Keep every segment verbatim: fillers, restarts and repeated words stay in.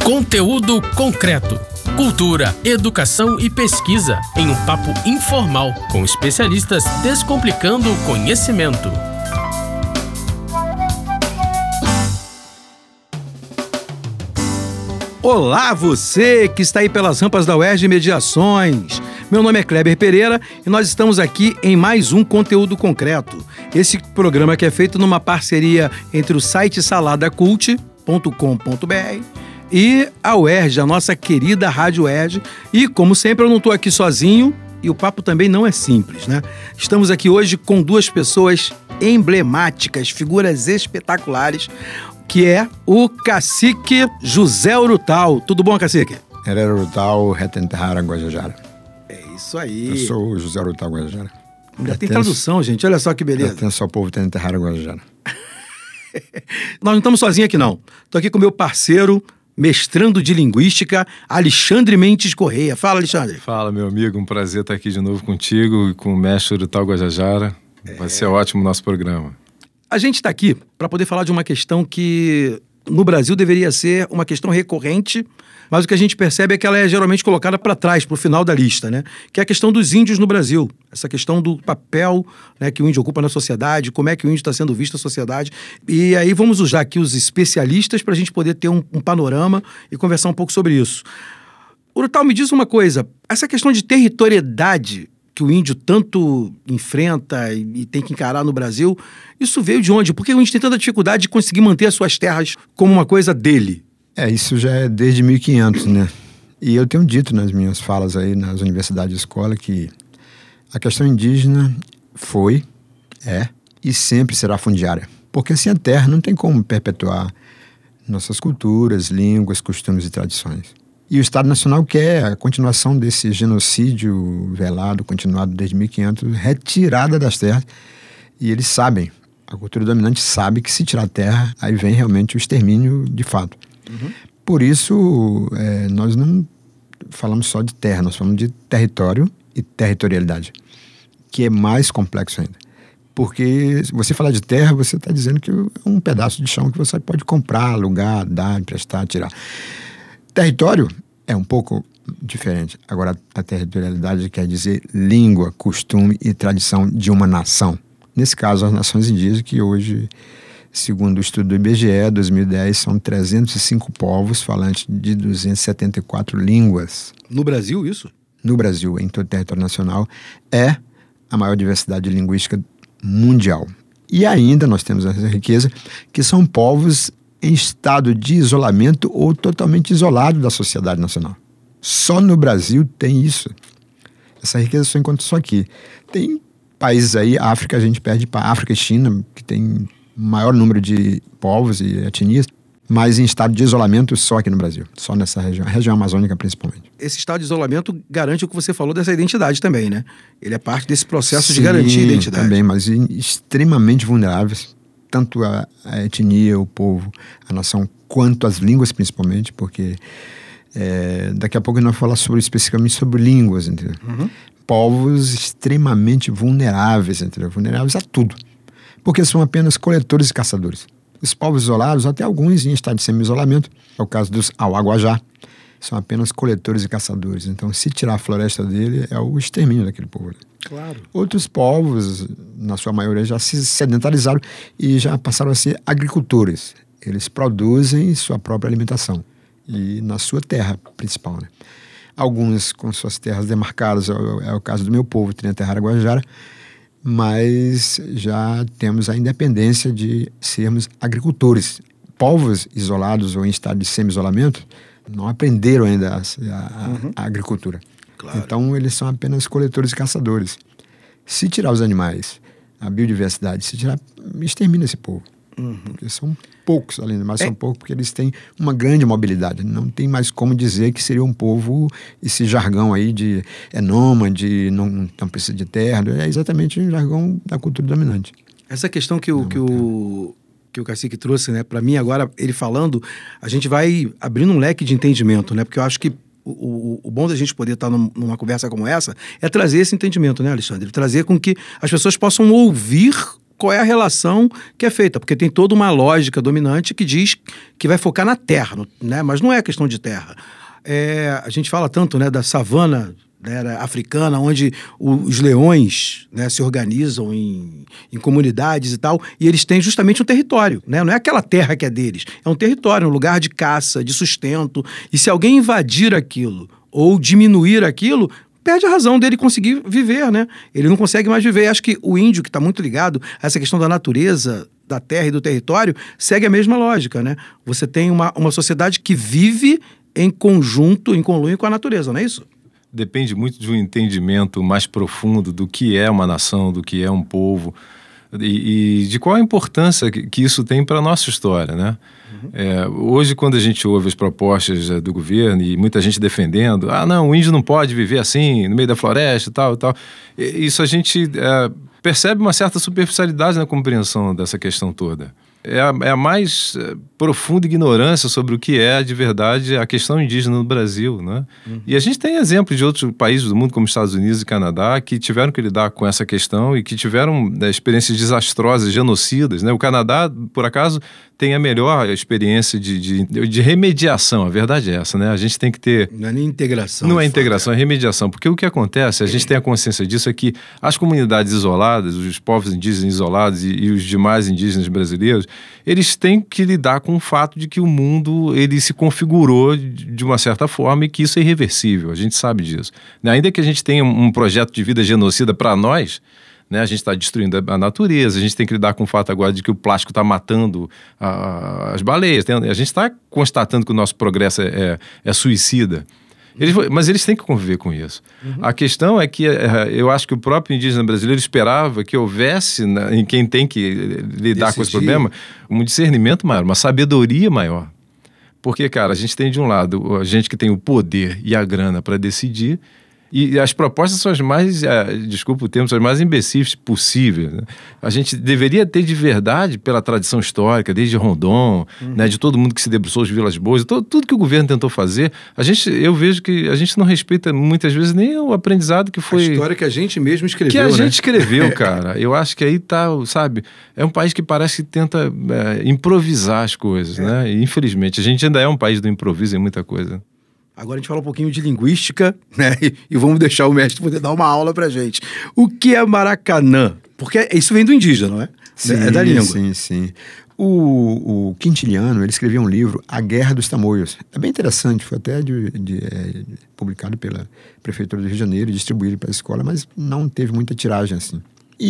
Conteúdo concreto. Cultura, educação e pesquisa em um papo informal com especialistas descomplicando o conhecimento. Olá, você que está aí pelas rampas da U E R J Mediações. Meu nome é Kleber Pereira e nós estamos aqui em mais um Conteúdo Concreto. Esse programa que é feito numa parceria entre o site salada cult ponto com ponto b r e a U E R J, a nossa querida Rádio U E R J. E, como sempre, eu não estou aqui sozinho e o papo também não é simples, né? Estamos aqui hoje com duas pessoas emblemáticas, figuras espetaculares, que é o cacique José Urutau. Tudo bom, cacique? Herero Urutau, Retenterrara, Guajajara. É isso aí. Eu sou o José Urutau, Guajajara. Ainda tem tradução, gente. Olha só que beleza. Pertence ao povo Retenterrara, Guajajara. Nós não estamos sozinhos aqui, não. Estou aqui com meu parceiro, mestrando de Linguística, Alexandre Mendes Correia. Fala, Alexandre. Fala, meu amigo. Um prazer estar aqui de novo contigo e com o mestre Urutau Guajajara. Vai é... ser ótimo o nosso programa. A gente está aqui para poder falar de uma questão que no Brasil deveria ser uma questão recorrente, mas o que a gente percebe é que ela é geralmente colocada para trás, para o final da lista, né? Que é a questão dos índios no Brasil. Essa questão do papel, né, que o índio ocupa na sociedade, como é que o índio está sendo visto na sociedade. E aí vamos usar aqui os especialistas para a gente poder ter um, um panorama e conversar um pouco sobre isso. Urutau, me diz uma coisa, essa questão de territorialidade que o índio tanto enfrenta e, e tem que encarar no Brasil, isso veio de onde? Por que o índio tem tanta dificuldade de conseguir manter as suas terras como uma coisa dele? É, isso já é desde mil e quinhentos, né? E eu tenho dito nas minhas falas aí nas universidades de escola que a questão indígena foi, é e sempre será fundiária. Porque sem a terra não tem como perpetuar nossas culturas, línguas, costumes e tradições. E o Estado Nacional quer a continuação desse genocídio velado, continuado desde mil e quinhentos, retirada das terras. E eles sabem, a cultura dominante sabe que se tirar a terra, aí vem realmente o extermínio de fato. Uhum. Por isso, é, nós não falamos só de terra, nós falamos de território e territorialidade, que é mais complexo ainda. Porque se você falar de terra, você está dizendo que é um pedaço de chão que você pode comprar, alugar, dar, emprestar, tirar. Território é um pouco diferente. Agora, a territorialidade quer dizer língua, costume e tradição de uma nação. Nesse caso, as nações indígenas, que hoje, segundo o estudo do I B G E, dois mil e dez, são trezentos e cinco povos falantes de duzentas e setenta e quatro línguas. No Brasil, isso? No Brasil, em todo o território nacional, é a maior diversidade linguística mundial. E ainda nós temos essa riqueza, que são povos em estado de isolamento ou totalmente isolado da sociedade nacional. Só no Brasil tem isso. Essa riqueza só encontra só aqui. Tem países aí, África, a gente perde para África e China, que tem maior número de povos e etnias, mas em estado de isolamento só aqui no Brasil, só nessa região, a região amazônica principalmente. Esse estado de isolamento garante o que você falou dessa identidade também, né? Ele é parte desse processo Sim, de garantir a identidade. Também, mas extremamente vulneráveis. Tanto a, a etnia, o povo, a nação, quanto as línguas principalmente, porque é, daqui a pouco nós vamos falar sobre, especificamente sobre línguas, entendeu? Uhum. Povos extremamente vulneráveis, entendeu? Vulneráveis a tudo, porque são apenas coletores e caçadores. Os povos isolados, até alguns em estado de semi-isolamento, é o caso dos Auaguajá, são apenas coletores e caçadores. Então, se tirar a floresta dele, é o extermínio daquele povo. Claro. Outros povos, na sua maioria, já se sedentarizaram e já passaram a ser agricultores. Eles produzem sua própria alimentação e na sua terra principal, né? Alguns com suas terras demarcadas, é o, é o caso do meu povo, Retenterrara, Guajajara, mas já temos a independência de sermos agricultores. Povos isolados ou em estado de semi-isolamento não aprenderam ainda a, a, uhum. a agricultura. Claro. Então, eles são apenas coletores e caçadores. Se tirar os animais, a biodiversidade, se tirar, extermina esse povo. Uhum. Porque são poucos, além de mais, é. são poucos, porque eles têm uma grande mobilidade. Não tem mais como dizer que seria um povo, esse jargão aí de é nômade, não, não precisa de terra, é exatamente o jargão da cultura dominante. Essa questão que o, que o, que o cacique trouxe, né, para mim agora, ele falando, a gente vai abrindo um leque de entendimento, né, porque eu acho que O, o, o bom da gente poder estar num, numa conversa como essa é trazer esse entendimento, né, Alexandre? Trazer com que as pessoas possam ouvir qual é a relação que é feita, porque tem toda uma lógica dominante que diz que vai focar na terra, né? Mas não é questão de terra. É, a gente fala tanto, né, da savana, né, africana, onde os leões, né, se organizam em, em comunidades e tal, e eles têm justamente um território, né? Não é aquela terra que é deles, é um território, um lugar de caça, de sustento, e se alguém invadir aquilo ou diminuir aquilo, perde a razão dele conseguir viver, né? Ele não consegue mais viver. Acho que o índio, que está muito ligado a essa questão da natureza, da terra e do território, segue a mesma lógica, né? Você tem uma, uma sociedade que vive em conjunto, em conluio com a natureza, não é isso? Depende muito de um entendimento mais profundo do que é uma nação, do que é um povo e, e de qual a importância que, que isso tem para a nossa história, né? Uhum. É, hoje, quando a gente ouve as propostas do governo e muita gente defendendo, ah, não, o índio não pode viver assim, no meio da floresta e tal e tal, isso a gente é, percebe uma certa superficialidade na compreensão dessa questão toda. É a, é a mais é, profunda ignorância sobre o que é de verdade a questão indígena no Brasil, né? Uhum. E a gente tem exemplos de outros países do mundo, como Estados Unidos e Canadá, que tiveram que lidar com essa questão e que tiveram né, experiências desastrosas, genocidas, né? O Canadá, por acaso, tem a melhor experiência de, de, de remediação, a verdade é essa, né? A gente tem que ter... Não é nem integração. Não é integração, é remediação, porque o que acontece, a gente tem a consciência disso, é que as comunidades isoladas, os povos indígenas isolados e, e os demais indígenas brasileiros, eles têm que lidar com o fato de que o mundo ele se configurou de uma certa forma e que isso é irreversível, a gente sabe disso. Ainda que a gente tenha um projeto de vida genocida para nós, né, a gente está destruindo a natureza, a gente tem que lidar com o fato agora de que o plástico está matando a, as baleias, tem, a gente está constatando que o nosso progresso é, é, é suicida. Eles, mas eles têm que conviver com isso. Uhum. A questão é que eu acho que o próprio indígena brasileiro esperava que houvesse, né, em quem tem que lidar Decidir. com esse problema, um discernimento maior, uma sabedoria maior. Porque, cara, a gente tem de um lado a gente que tem o poder e a grana para decidir, e as propostas são as mais, uh, desculpa o termo, são as mais imbecis possíveis, né? A gente deveria ter de verdade, pela tradição histórica, desde Rondon, uhum. né, de todo mundo que se debruçou as Vilas Boas, todo, tudo que o governo tentou fazer, a gente, eu vejo que a gente não respeita muitas vezes nem o aprendizado que foi... A história que a gente mesmo escreveu, Que a né? gente escreveu, cara. Eu acho que aí tá, sabe, é um país que parece que tenta é, improvisar as coisas, é. né? E, infelizmente, a gente ainda é um país do improviso em muita coisa. Agora a gente fala um pouquinho de linguística, né? E, e vamos deixar o mestre poder dar uma aula pra gente. O que é Maracanã? Porque isso vem do indígena, não é? Sim, é da língua. Sim, sim. O, o Quintiliano, ele escreveu um livro, A Guerra dos Tamoios. É bem interessante, foi até de, de, é, publicado pela Prefeitura do Rio de Janeiro e distribuído para a escola, mas não teve muita tiragem assim.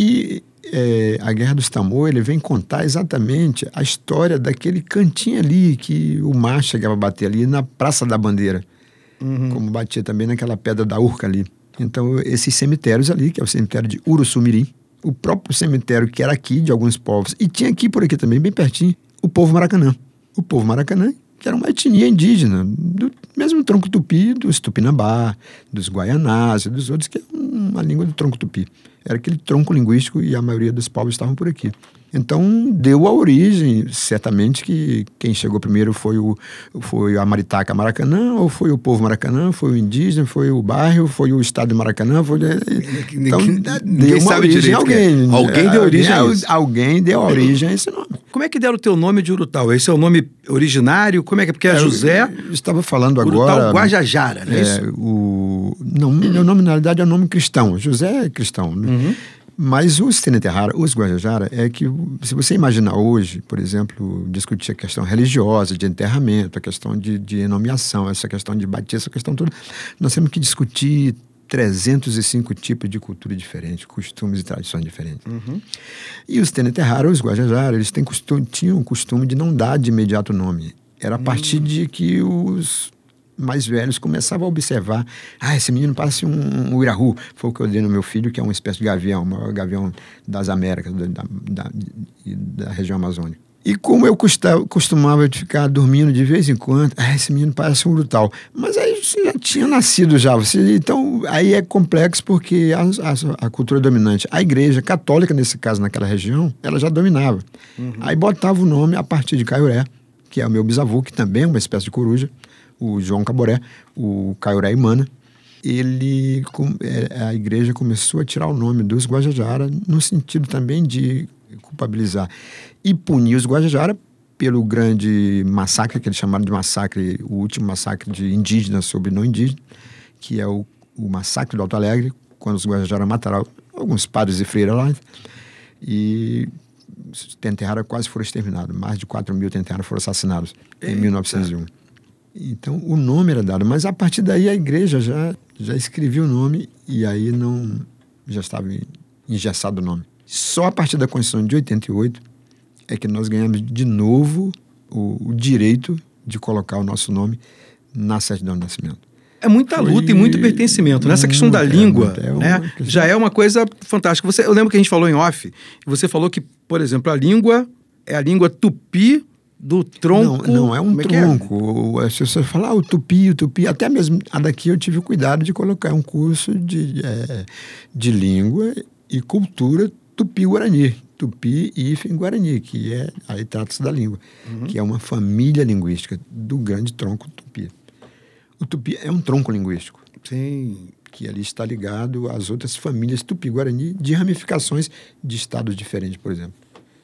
E é, a Guerra dos Tamoios, ele vem contar exatamente a história daquele cantinho ali que o mar chegava a bater ali na Praça da Bandeira. Uhum. Como batia também naquela pedra da Urca ali. Então, esses cemitérios ali, que é o cemitério de Uruçumirim, o próprio cemitério que era aqui de alguns povos, e tinha aqui por aqui também, bem pertinho, o povo Maracanã. O povo Maracanã, que era uma etnia indígena, do mesmo tronco tupi dos Tupinambá, dos Guaianás e dos outros, que é uma língua do tronco tupi. Era aquele tronco linguístico e a maioria dos povos estavam por aqui. Então, deu a origem, certamente, que quem chegou primeiro foi, o, foi a Maritaca Maracanã, ou foi o povo Maracanã, foi o indígena, foi o bairro, foi o estado de Maracanã. Foi... Então, ninguém, deu ninguém uma sabe origem direito. Alguém, alguém deu origem alguém, a isso. Alguém deu origem a esse nome. Como é que deram o teu nome de Urutau? Esse é o nome originário? Como é que é? Porque é, é José... Eu estava falando Urutau agora... Guajajara, não é, é isso? O, não, meu nome, na realidade, é um nome cristão. José é cristão, né? Uhum. Mas os Tenenterrara, os Guajajara, é que, se você imaginar hoje, por exemplo, discutir a questão religiosa, de enterramento, a questão de, de nomeação, essa questão de batismo, essa questão toda, nós temos que discutir trezentos e cinco tipos de cultura diferentes, costumes e tradições diferentes. Uhum. E os Tenenterrara, os Guajajara, eles têm costume, tinham o costume de não dar de imediato nome. Era a partir uhum. de que os mais velhos começavam a observar, ah, esse menino parece um, um Irahu, foi o que eu dei no meu filho, que é uma espécie de gavião, o maior gavião das Américas, da, da, da, da região amazônica. E como eu custava, costumava ficar dormindo de vez em quando, ah, esse menino parece um Urutau. Mas aí você já tinha nascido já, você, então aí é complexo porque a, a, a cultura dominante, a igreja católica, nesse caso, naquela região, ela já dominava. Uhum. Aí botava o nome a partir de Caiuré, que é o meu bisavô, que também é uma espécie de coruja, o João Caboré, o Caiuré Imana. Ele, a igreja começou a tirar o nome dos Guajajara no sentido também de culpabilizar e punir os Guajajara pelo grande massacre, que eles chamaram de massacre, o último massacre de indígenas sobre não indígenas, que é o, o massacre do Alto Alegre, quando os Guajajara mataram alguns padres e freiras lá, e Tenterara quase foram exterminados. Mais de quatro mil Tenterara foram assassinados em Eita. mil novecentos e um. Então, o nome era dado, mas a partir daí a igreja já, já escrevia o nome e aí não, já estava engessado o nome. Só a partir da Constituição de oitenta e oito é que nós ganhamos de novo o, o direito de colocar o nosso nome na certidão de nascimento. É muita luta Foi... e muito pertencimento. Nessa questão da língua, é, é né, questão... já é uma coisa fantástica. Você, eu lembro que a gente falou em off, você falou que, por exemplo, a língua é a língua tupi do tronco... Não, não é um Como tronco. É? Se você falar ah, o tupi, o tupi, até mesmo a daqui eu tive o cuidado de colocar um curso de, é, de língua e cultura tupi-guarani. Tupi e Hífen-Guarani, que é, aí trata-se da língua, uhum. que é uma família linguística do grande tronco tupi. O tupi é um tronco linguístico. Sim. Que ali está ligado às outras famílias tupi-guarani de ramificações de estados diferentes, por exemplo.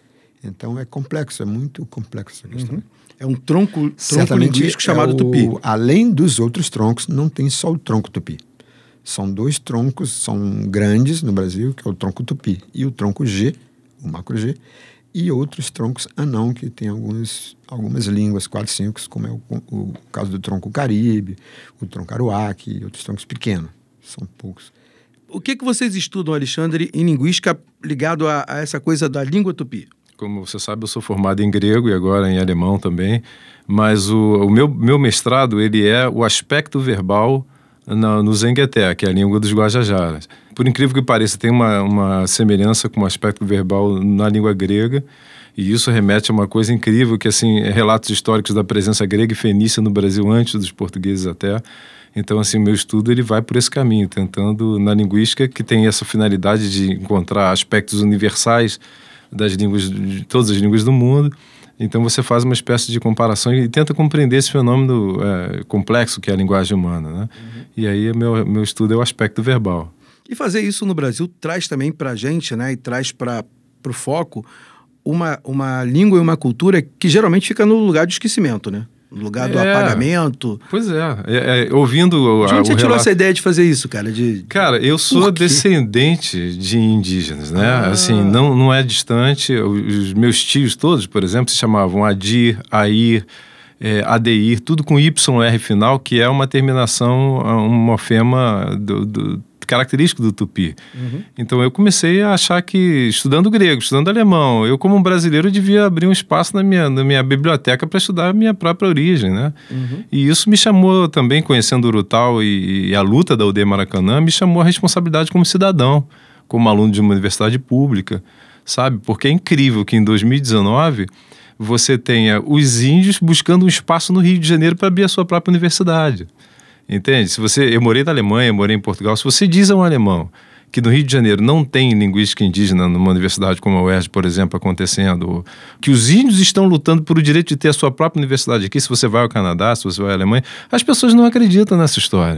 Então é complexo, é muito complexo essa questão. Uhum. É um tronco, tronco linguístico chamado é o, tupi. Além dos outros troncos, não tem só o tronco tupi. São dois troncos, são grandes no Brasil, que é o tronco tupi e o tronco G, o macro G, e outros troncos anão, que tem alguns, algumas línguas, quatro, cinco, como é o, o caso do tronco caribe, o tronco aruac e outros troncos pequenos. São poucos. O que, que vocês estudam, Alexandre, em linguística ligado a, a essa coisa da língua tupi? Como você sabe, eu sou formado em grego e agora em alemão também, mas o, o meu, meu mestrado ele é o aspecto verbal na, no Zengueté, que é a língua dos Guajajaras. Por incrível que pareça, tem uma, uma semelhança com o aspecto verbal na língua grega, e isso remete a uma coisa incrível, que assim, é relatos históricos da presença grega e fenícia no Brasil antes dos portugueses até. Então, assim, meu estudo ele vai por esse caminho, tentando, na linguística, que tem essa finalidade de encontrar aspectos universais das línguas, de todas as línguas do mundo. Então você faz uma espécie de comparação e tenta compreender esse fenômeno é, complexo que é a linguagem humana, né? Uhum. E aí meu, meu estudo é o aspecto verbal. E fazer isso no Brasil traz também para a gente, né? E traz para o foco uma, uma língua e uma cultura que geralmente fica no lugar do esquecimento, né? No lugar do é, apagamento. Pois é. é, é ouvindo o De onde você o tirou relato... essa ideia de fazer isso, cara? De... Cara, eu sou descendente de indígenas, né? Ah. Assim, não, não é distante. Os meus tios todos, por exemplo, se chamavam Adir, Air, é, Adeir, tudo com Y R final, que é uma terminação, um morfema do, do, característico do tupi. Uhum. Então eu comecei a achar que, estudando grego, estudando alemão, eu como um brasileiro devia abrir um espaço na minha, na minha biblioteca para estudar a minha própria origem, né? Uhum. E isso me chamou também, conhecendo o Urutau e, e a luta da U D Maracanã, me chamou a responsabilidade como cidadão, como aluno de uma universidade pública, sabe? Porque é incrível que em dois mil e dezenove você tenha os índios buscando um espaço no Rio de Janeiro para abrir a sua própria universidade. Entende? Se você, eu morei na Alemanha, eu morei em Portugal. Se você diz a um alemão que no Rio de Janeiro não tem linguística indígena numa universidade como a U E R J, por exemplo, acontecendo, que os índios estão lutando por o direito de ter a sua própria universidade aqui, se você vai ao Canadá, se você vai à Alemanha, as pessoas não acreditam nessa história.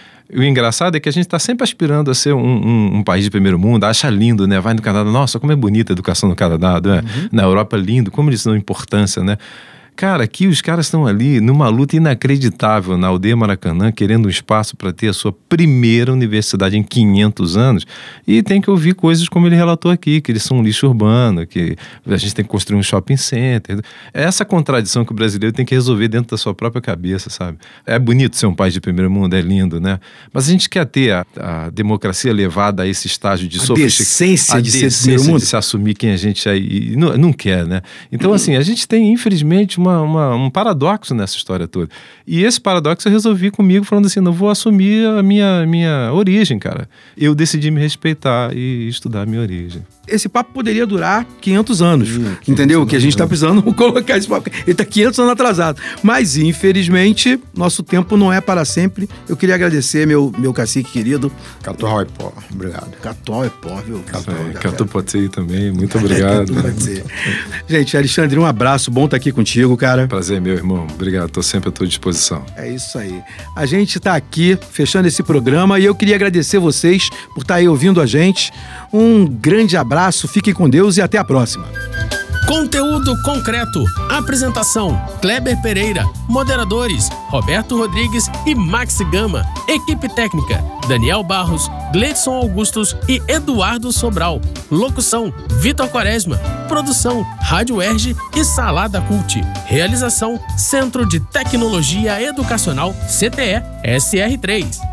O engraçado é que a gente está sempre aspirando a ser um, um, um país de primeiro mundo, acha lindo, né? Vai no Canadá, nossa, como é bonita a educação no Canadá, né? Uhum. Na Europa, lindo, como eles dão importância, né? Cara, aqui os caras estão ali numa luta inacreditável na aldeia Maracanã, querendo um espaço para ter a sua primeira universidade em quinhentos anos, e tem que ouvir coisas como ele relatou aqui, que eles são um lixo urbano, que a gente tem que construir um shopping center. É essa contradição que o brasileiro tem que resolver dentro da sua própria cabeça, sabe? É bonito ser um país de primeiro mundo, é lindo, né? Mas a gente quer ter a, a democracia levada a esse estágio de sofisticação, a decência de ser primeiro mundo, de se assumir quem a gente é e não, não quer, né? Então, assim, a gente tem, infelizmente, Uma, uma, um paradoxo nessa história toda. E esse paradoxo eu resolvi comigo, falando assim, não vou assumir a minha, minha origem, cara. Eu decidi me respeitar e estudar a minha origem. Esse papo poderia durar quinhentos anos, hum, entendeu? Que a gente está precisando colocar esse papo. Ele está quinhentos anos atrasado. Mas, infelizmente, nosso tempo não é para sempre. Eu queria agradecer meu, meu cacique querido. Catual é pó. Obrigado. Catual é pó, viu? Catu pode ser também. Muito obrigado. Pode ser. Gente, Alexandre, um abraço. Bom estar aqui contigo, cara. Prazer, meu irmão. Obrigado. Estou sempre à tua disposição. É isso aí. A gente está aqui fechando esse programa e eu queria agradecer vocês por estar aí ouvindo a gente. Um grande abraço abraço, fiquem com Deus e até a próxima. Conteúdo concreto. Apresentação: Kleber Pereira. Moderadores: Roberto Rodrigues e Max Gama. Equipe técnica: Daniel Barros, Gleidson Augustos e Eduardo Sobral. Locução: Vitor Quaresma. Produção: Rádio Erge e Salada Cult. Realização: Centro de Tecnologia Educacional C T E S R três.